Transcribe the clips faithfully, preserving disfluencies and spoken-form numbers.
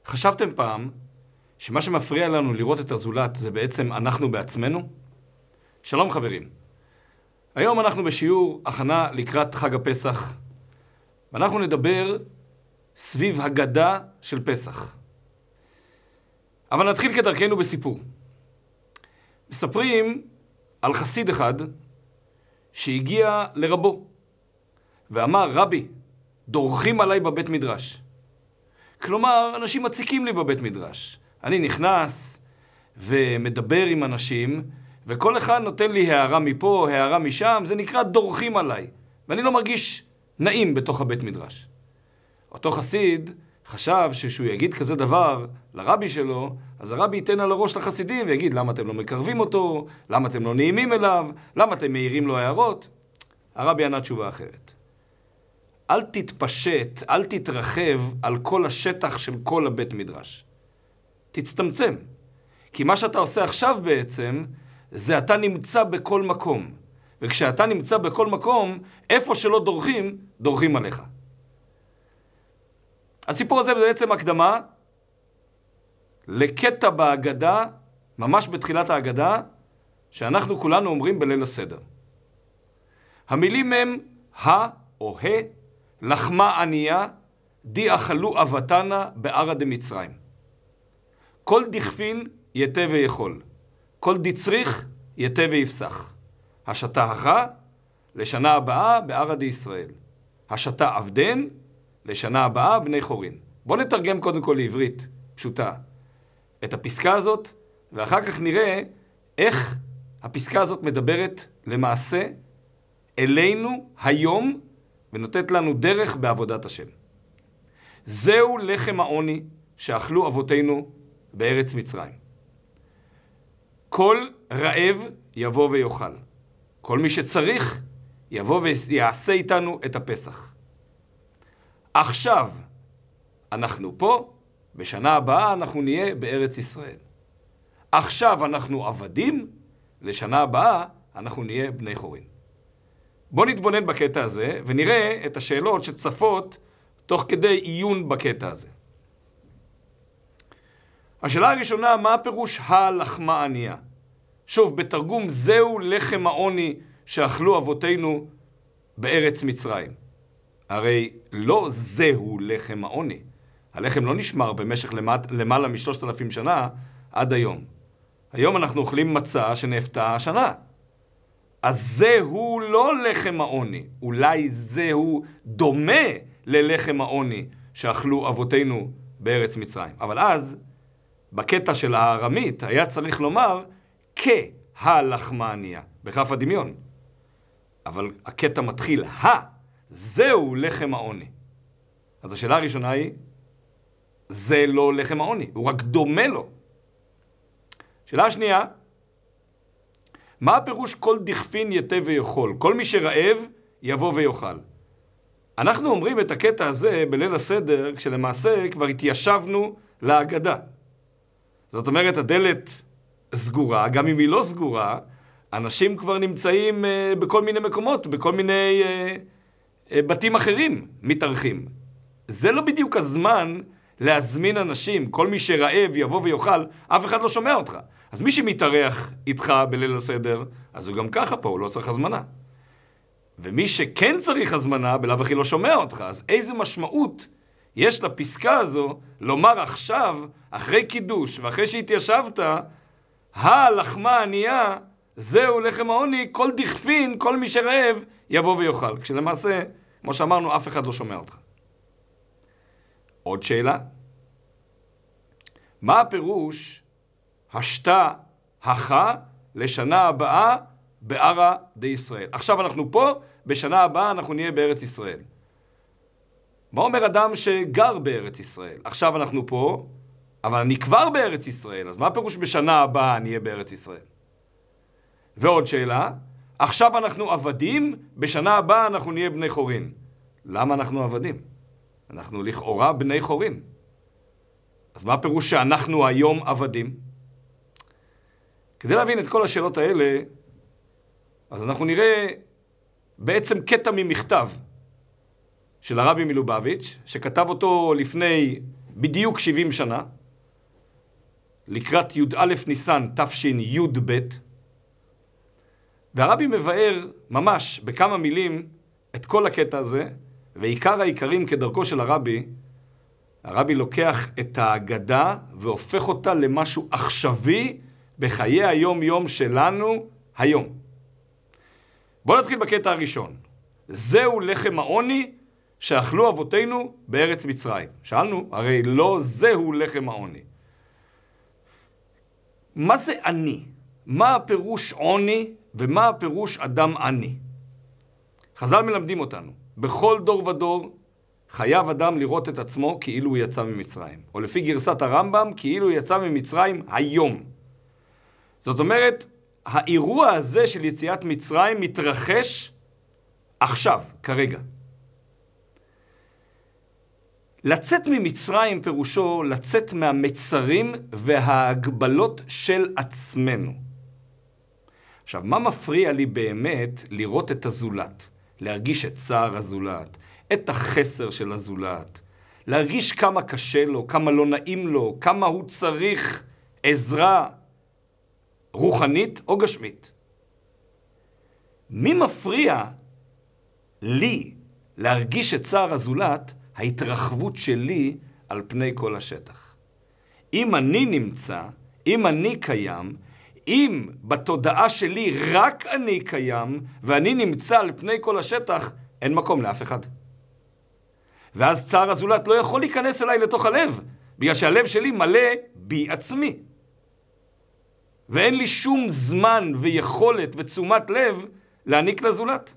חשבתם פעם שמה שמפריע לנו לראות את הזולת זה בעצם אנחנו בעצמנו? שלום חברים. היום אנחנו בשיעור הכנה לקראת חג הפסח, ואנחנו נדבר סביב הגדה של פסח. אבל נתחיל כדרכנו בסיפור. מספרים על חסיד אחד שהגיע לרבו ואמר, רבי, דורכים עליי בבית מדרש. כלומר, אנשים מציקים לי בבית מדרש. אני נכנס ומדבר עם אנשים, וכל אחד נותן לי הערה מפה, הערה משם, זה נקרא דורכים עליי. ואני לא מרגיש נעים בתוך הבית מדרש. אותו חסיד חשב ששהוא יגיד כזה דבר לרבי שלו, אז הרבי ייתן על הראש לחסידים ויגיד, למה אתם לא מקרבים אותו? למה אתם לא נעימים אליו? למה אתם מעירים לו הערות? הרבי ענה תשובה אחרת. אל תתפשט, אל תתרחב על כל השטח של כל הבית מדרש. תצטמצם. כי מה שאתה עושה עכשיו בעצם, זה אתה נמצא בכל מקום. וכשאתה נמצא בכל מקום, איפה שלא דורכים, דורכים עליך. הסיפור הזה בעצם הקדמה לקטע בהגדה, ממש בתחילת ההגדה, שאנחנו כולנו אומרים בליל הסדר. המילים הם ה או ה, לחמה ענייה, די אכלו אבתנה בערה דמצרים. כל דכפין יתה ויכול, כל דצריך יתה ויפסח. השתה הכה לשנה הבאה בערה דישראל. השתה עבדן לשנה הבאה בני חורין. בואו נתרגם קודם כל לעברית פשוטה את הפסקה הזאת, ואחר כך נראה איך הפסקה הזאת מדברת למעשה אלינו היום, ונותנת לנו דרך בעבודת השם. זהו לחם העוני שאכלו אבותינו בארץ מצרים. כל רעב יבוא ויאכל. כל מי שצריך יבוא ויעשה איתנו את הפסח. עכשיו אנחנו פה, בשנה הבאה אנחנו נהיה בארץ ישראל. עכשיו אנחנו עבדים, לשנה הבאה אנחנו נהיה בני חורין. בואו נתבונן בקטע הזה ונראה את השאלות שצפות תוך כדי עיון בקטע הזה. השאלה הראשונה, מה הפירוש הלחמה ענייה? שוב, בתרגום זהו לחם העוני שאכלו אבותינו בארץ מצרים. הרי לא זהו לחם העוני. הלחם לא נשמר במשך למעלה משלושת אלפים שנה עד היום. היום אנחנו אוכלים מצה שנאפתה השנה. אז זהו לא לחם העוני. אולי זהו דומה ללחם העוני שאכלו אבותינו בארץ מצרים. אבל אז, בקטע של הארמית, היה צריך לומר כהלחמה ענייה, בכף הדמיון. אבל הקטע מתחיל, ה, זהו לחם העוני. אז השאלה הראשונה היא, זה לא לחם העוני, הוא רק דומה לו. שאלה השנייה, מה הפירוש כל דכפין יתה ויאכל? כל מי שרעב יבוא ויאכל. אנחנו אומרים את הקטע הזה בליל הסדר, כשלמעשה כבר התיישבנו להגדה. זאת אומרת, הדלת סגורה, גם אם היא לא סגורה, אנשים כבר נמצאים בכל מיני מקומות, בכל מיני בתים אחרים מתארחים. זה לא בדיוק הזמן להזמין אנשים, כל מי שרעב יבוא ויאכל, אף אחד לא שומע אותך. אז מי שמתארח איתך בליל הסדר, אז הוא גם ככה פה, הוא לא צריך הזמנה. ומי שכן צריך הזמנה, בלאו הכי לא שומע אותך. אז איזה משמעות יש לפסקה הזו לומר עכשיו, אחרי קידוש ואחרי שהתיישבת, הלחמה ענייה, זהו לחם העוני, כל דכפין, כל מי שרעב, יבוא ויאכל. כשלמעשה, כמו שאמרנו, אף אחד לא שומע אותך. עוד שאלה. מה הפירוש השתה הכה לשנה הבאה בערה דישראל? עכשיו אנחנו פה, בשנה הבאה אנחנו נהיה בארץ ישראל. מה אומר אדם שגר בארץ ישראל? עכשיו אנחנו פה, אבל אני כבר בארץ ישראל, אז מה הפירוש בשנה הבאה נהיה בארץ ישראל? ועוד שאלה, עכשיו אנחנו עבדים, בשנה הבאה אנחנו נהיה בני חורין. למה אנחנו עבדים? אנחנו לכאורה בני חורין. אז מה הפירוש שאנחנו היום עבדים? כדי להבין את כל השאלות האלה, אז אנחנו נראה בעצם קטע ממכתב של הרבי מלובביץ', שכתב אותו לפני בדיוק שבעים שנה, לקראת י"א ניסן תשי"ב, והרבי מבאר ממש בכמה מילים את כל הקטע הזה, ועיקר העיקרים כדרכו של הרבי, הרבי לוקח את ההגדה והופך אותה למשהו עכשווי בחיי היום-יום שלנו היום. בואו נתחיל בקטע הראשון. זהו לחם העוני שאכלו אבותינו בארץ מצרים. שאלנו, הרי לא זהו לחם העוני. מה זה עני? מה הפירוש עוני ומה הפירוש אדם עני? חז"ל מלמדים אותנו, בכל דור ודור חייב אדם לראות את עצמו כאילו הוא יצא ממצרים. או לפי גרסת הרמב"ם, כאילו הוא יצא ממצרים היום. זאת אומרת, האירוע הזה של יציאת מצרים מתרחש עכשיו, כרגע. לצאת ממצרים פירושו לצאת מהמצרים וההגבלות של עצמנו. עכשיו, מה מפריע לי באמת לראות את הזולת? להרגיש את צער הזולת, את החסר של הזולת, להרגיש כמה קשה לו, כמה לא נעים לו, כמה הוא צריך עזרה רוחנית או גשמית. מי מפריע לי להרגיש את צער הזולת? ההתרחבות שלי על פני כל השטח. אם אני נמצא, אם אני קיים, אם בתודעה שלי רק אני קיים, ואני נמצא על פני כל השטח, אין מקום לאף אחד. ואז צער הזולת לא יכול להיכנס אליי לתוך הלב, בגלל שהלב שלי מלא בי עצמי. ואין לי שום זמן ויכולת ותשומת לב להעניק לזולת.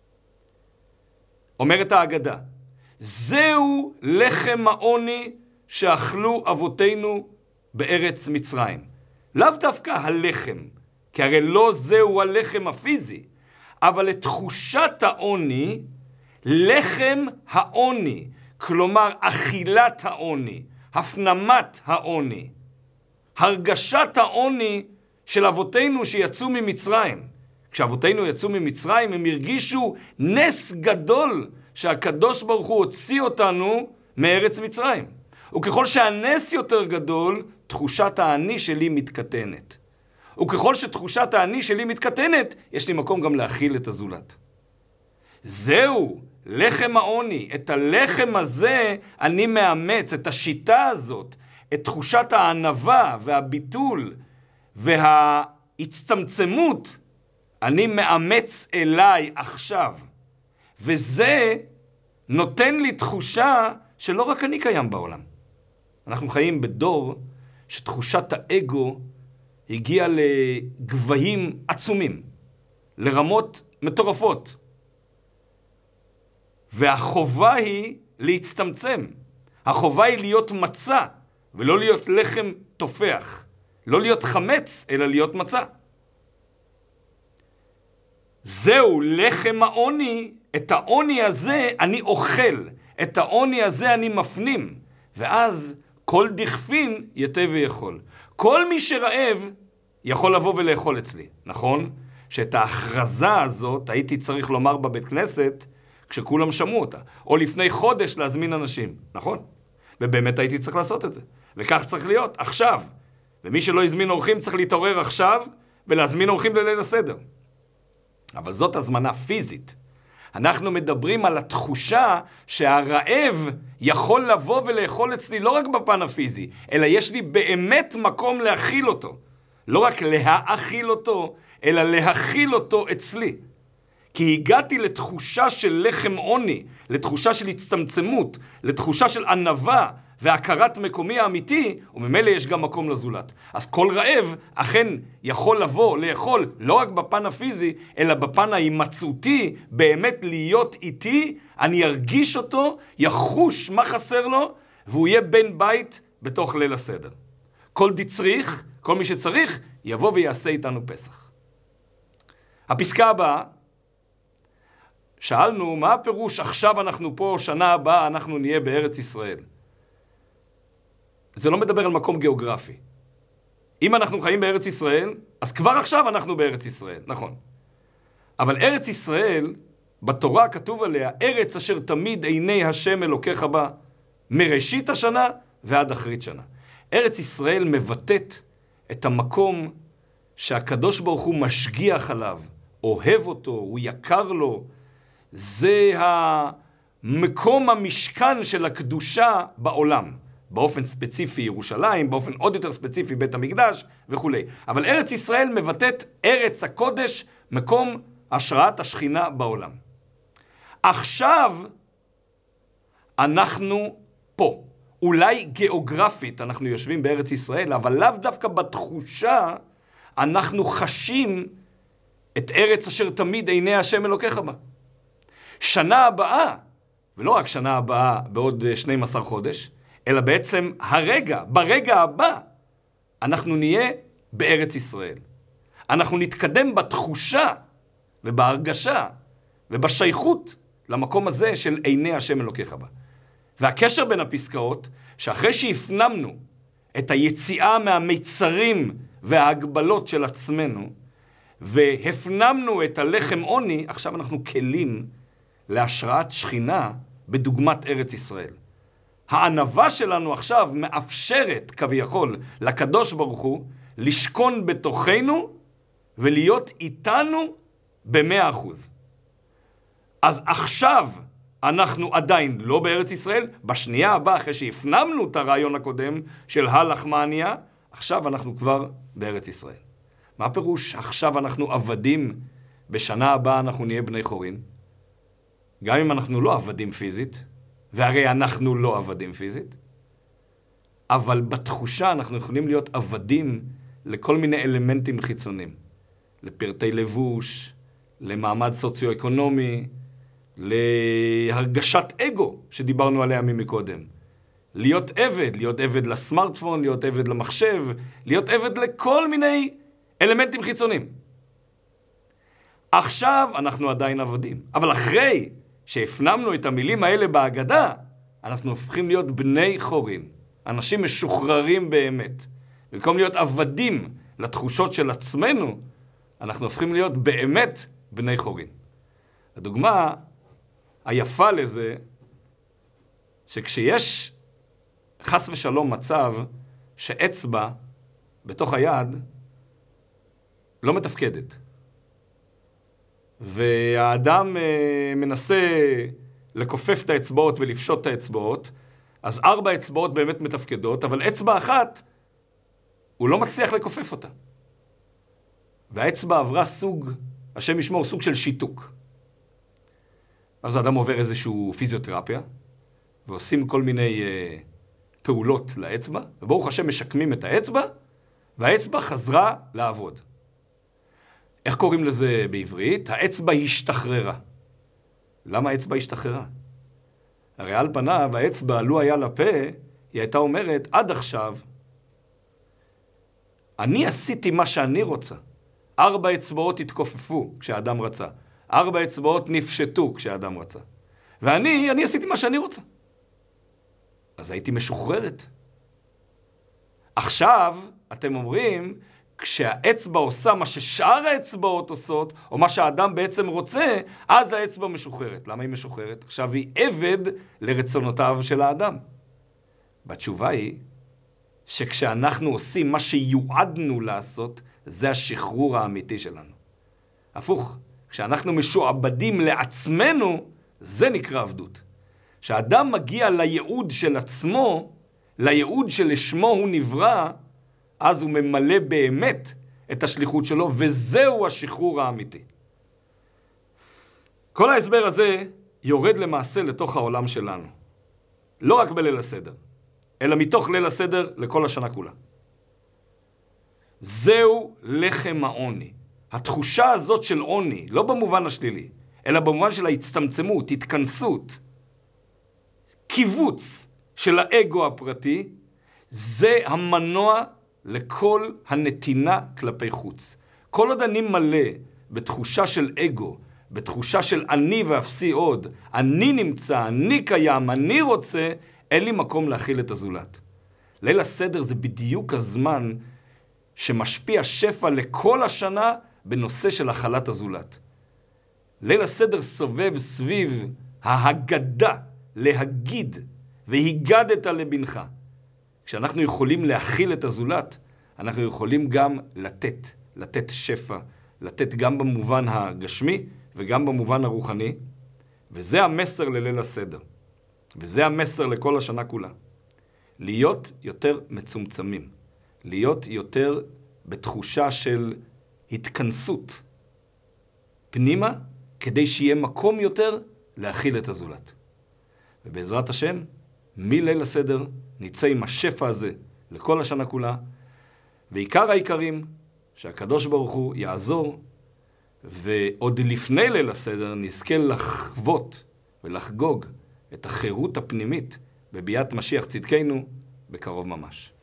אומרת ההגדה, זהו לחם העוני שאכלו אבותינו בארץ מצרים. לאו דווקא הלחם, כי הרי לא זהו הלחם הפיזי, אבל את תחושת העוני, לחם העוני, כלומר אכילת העוני, הפנמת העוני, הרגשת העוני של אבותינו שיצאו ממצרים. כשאבותינו יצאו ממצרים הם הרגישו נס גדול שהקדוש ברוך הוא הוציא אותנו מארץ מצרים. וככל שהנס יותר גדול, תחושת העני שלי מתקטנת. וככל שתחושת העני שלי מתקטנת, יש לי מקום גם להכיל את הזולת. זהו, לחם העוני. את הלחם הזה אני מאמץ, את השיטה הזאת, את תחושת הענווה והביטול וההצטמצמות, אני מאמץ אליי עכשיו. וזה נותן לי תחושה שלא רק אני קיים בעולם. אנחנו חיים בדור שתחושת האגו הגיעה לגבהים עצומים, לרמות מטורפות. והחובה היא להצטמצם. החובה היא להיות מצה, ולא להיות לחם תופח. לא להיות חמץ, אלא להיות מצה. זהו לחם העוני, את העוני הזה אני אוכל, את העוני הזה אני מפנים, ואז כל דכפין יתה ויכול. כל מי שרעב יכול לבוא ולאכול אצלי, נכון? שאת ההכרזה הזאת הייתי צריך לומר בבית כנסת כשכולם שמעו אותה, או לפני חודש להזמין אנשים, נכון? ובאמת הייתי צריך לעשות את זה, וכך צריך להיות עכשיו. ומי שלא הזמין אורחים צריך להתעורר עכשיו ולהזמין אורחים לליל הסדר. אבל זאת הזמנה פיזית. אנחנו מדברים על התחושה שהרעב יכול לבוא ולאכול אצלי לא רק בפן הפיזי, אלא יש לי באמת מקום להכיל אותו. לא רק להאכיל אותו, אלא להכיל אותו אצלי. כי הגעתי לתחושה של לחם עוני, לתחושה של הצטמצמות, לתחושה של ענווה והכרת מקומי האמיתי, וממילא יש גם מקום לזולת. אז כל רעב אכן יכול לבוא, לאכול, לא רק בפן הפיזי, אלא בפן ההימצאותי, באמת להיות איתי, אני ארגיש אותו, יחוש מה חסר לו, והוא יהיה בן בית בתוך ליל הסדר. כל דצריך, כל מי שצריך, יבוא ויעשה איתנו פסח. הפסקה הבאה, שאלנו מה הפירוש עכשיו אנחנו פה, שנה הבאה אנחנו נהיה בארץ ישראל. זה לא מדבר על מקום גיאוגרפי. אם אנחנו חיים בארץ ישראל, אז כבר עכשיו אנחנו בארץ ישראל, נכון. אבל ארץ ישראל, בתורה כתוב עליה, ארץ אשר תמיד עיני השם אלוקיך בה, מראשית השנה ועד אחרית שנה. ארץ ישראל מבטאת את המקום שהקדוש ברוך הוא משגיח עליו, אוהב אותו, הוא יקר לו. זה המקום המשכן של הקדושה בעולם. באופן ספציפי ירושלים, באופן עוד יותר ספציפי בית המקדש וכו'. אבל ארץ ישראל מבטאת ארץ הקודש, מקום השראת השכינה בעולם. עכשיו אנחנו פה. אולי גיאוגרפית אנחנו יושבים בארץ ישראל, אבל לאו דווקא בתחושה אנחנו חשים את ארץ אשר תמיד עיני השם אלוקיך בה. שנה הבאה, ולא רק שנה הבאה בעוד שנים עשר חודש, אלא בעצם הרגע, ברגע הבא, אנחנו נהיה בארץ ישראל. אנחנו נתקדם בתחושה ובהרגשה ובשייכות למקום הזה של עיני השם אלוקיך בה. והקשר בין הפסקאות, שאחרי שהפנמנו את היציאה מהמיצרים וההגבלות של עצמנו, והפנמנו את הלחם עוני, עכשיו אנחנו כלים להשראת שכינה בדוגמת ארץ ישראל. הענווה שלנו עכשיו מאפשרת כביכול לקדוש ברוך הוא לשכון בתוכנו ולהיות איתנו במאה אחוז. אז עכשיו אנחנו עדיין לא בארץ ישראל, בשנייה הבאה אחרי שהפנמנו את הרעיון הקודם של הלחמניה, עכשיו אנחנו כבר בארץ ישראל. מה הפירוש? עכשיו אנחנו עבדים, בשנה הבאה אנחנו נהיה בני חורין. גם אם אנחנו לא עבדים פיזית, והרי אנחנו לא עבדים פיזית, אבל בתחושה אנחנו יכולים להיות עבדים לכל מיני אלמנטים חיצוניים. לפרטי לבוש, למעמד סוציו-אקונומי, להרגשת אגו שדיברנו עליה ממקודם. להיות עבד, להיות עבד לסמארטפון, להיות עבד למחשב, להיות עבד לכל מיני אלמנטים חיצוניים. עכשיו אנחנו עדיין עבדים, אבל אחרי שהפנמנו את המילים האלה בהגדה, אנחנו הופכים להיות בני חורין, אנשים משוחררים באמת. במקום להיות עבדים לתחושות של עצמנו, אנחנו הופכים להיות באמת בני חורין. הדוגמה היפה לזה, שכשיש חס ושלום מצב שאצבע בתוך היד לא מתפקדת, והאדם מנסה לכופף את האצבעות ולפשוט את האצבעות, אז ארבע אצבעות באמת מתפקדות, אבל אצבע אחת הוא לא מצליח לכופף אותה. והאצבע עברה סוג, השם ישמור, סוג של שיתוק. אז האדם עובר איזשהו פיזיותרפיה, ועושים כל מיני uh, פעולות לאצבע, וברוך השם משקמים את האצבע, והאצבע חזרה לעבוד. איך קוראים לזה בעברית? האצבע השתחררה. למה האצבע השתחררה? הרי על פניו, האצבע, לו היה לפה, היא הייתה אומרת, עד עכשיו, אני עשיתי מה שאני רוצה. ארבע אצבעות התכופפו כשהאדם רצה. ארבע אצבעות נפשטו כשהאדם רצה. ואני, אני עשיתי מה שאני רוצה. אז הייתי משוחררת. עכשיו, אתם אומרים, כשהאצבע עושה מה ששאר האצבעות עושות, או מה שהאדם בעצם רוצה, אז האצבע משוחררת. למה היא משוחררת? עכשיו היא עבד לרצונותיו של האדם. בתשובה היא, שכשאנחנו עושים מה שיועדנו לעשות, זה השחרור האמיתי שלנו. הפוך, כשאנחנו משועבדים לעצמנו, זה נקרא עבדות. כשאדם מגיע לייעוד של עצמו, לייעוד שלשמו הוא נברא, אז הוא ממלא באמת את השליחות שלו, וזהו השחרור האמיתי. כל ההסבר הזה יורד למעשה לתוך העולם שלנו. לא רק בליל הסדר, אלא מתוך ליל הסדר לכל השנה כולה. זהו לחם העוני. התחושה הזאת של עוני, לא במובן השלילי, אלא במובן של ההצטמצמות, התכנסות, קיבוץ של האגו הפרטי, זה המנוע לכל הנתינה כלפי חוץ. כל עוד אני מלא בתחושה של אגו, בתחושה של אני ואפסי עוד, אני נמצא, אני קיים, אני רוצה, אין לי מקום להכיל את הזולת. ליל הסדר זה בדיוק הזמן שמשפיע שפע לכל השנה בנושא של הכלת הזולת. ליל הסדר סובב סביב ההגדה, להגיד, והיגדת לבנך. כשאנחנו יכולים להכיל את הזולת, אנחנו יכולים גם לתת, לתת שפע, לתת גם במובן הגשמי וגם במובן הרוחני, וזה המסר לליל הסדר, וזה המסר לכל השנה כולה. להיות יותר מצומצמים, להיות יותר בתחושה של התכנסות פנימה, כדי שיהיה מקום יותר להכיל את הזולת. ובעזרת השם, מליל הסדר נצא עם השפע הזה לכל השנה כולה, ועיקר העיקרים שהקדוש ברוך הוא יעזור, ועוד לפני ליל הסדר נזכה לחוות ולחגוג את החירות הפנימית בביאת משיח צדקנו בקרוב ממש.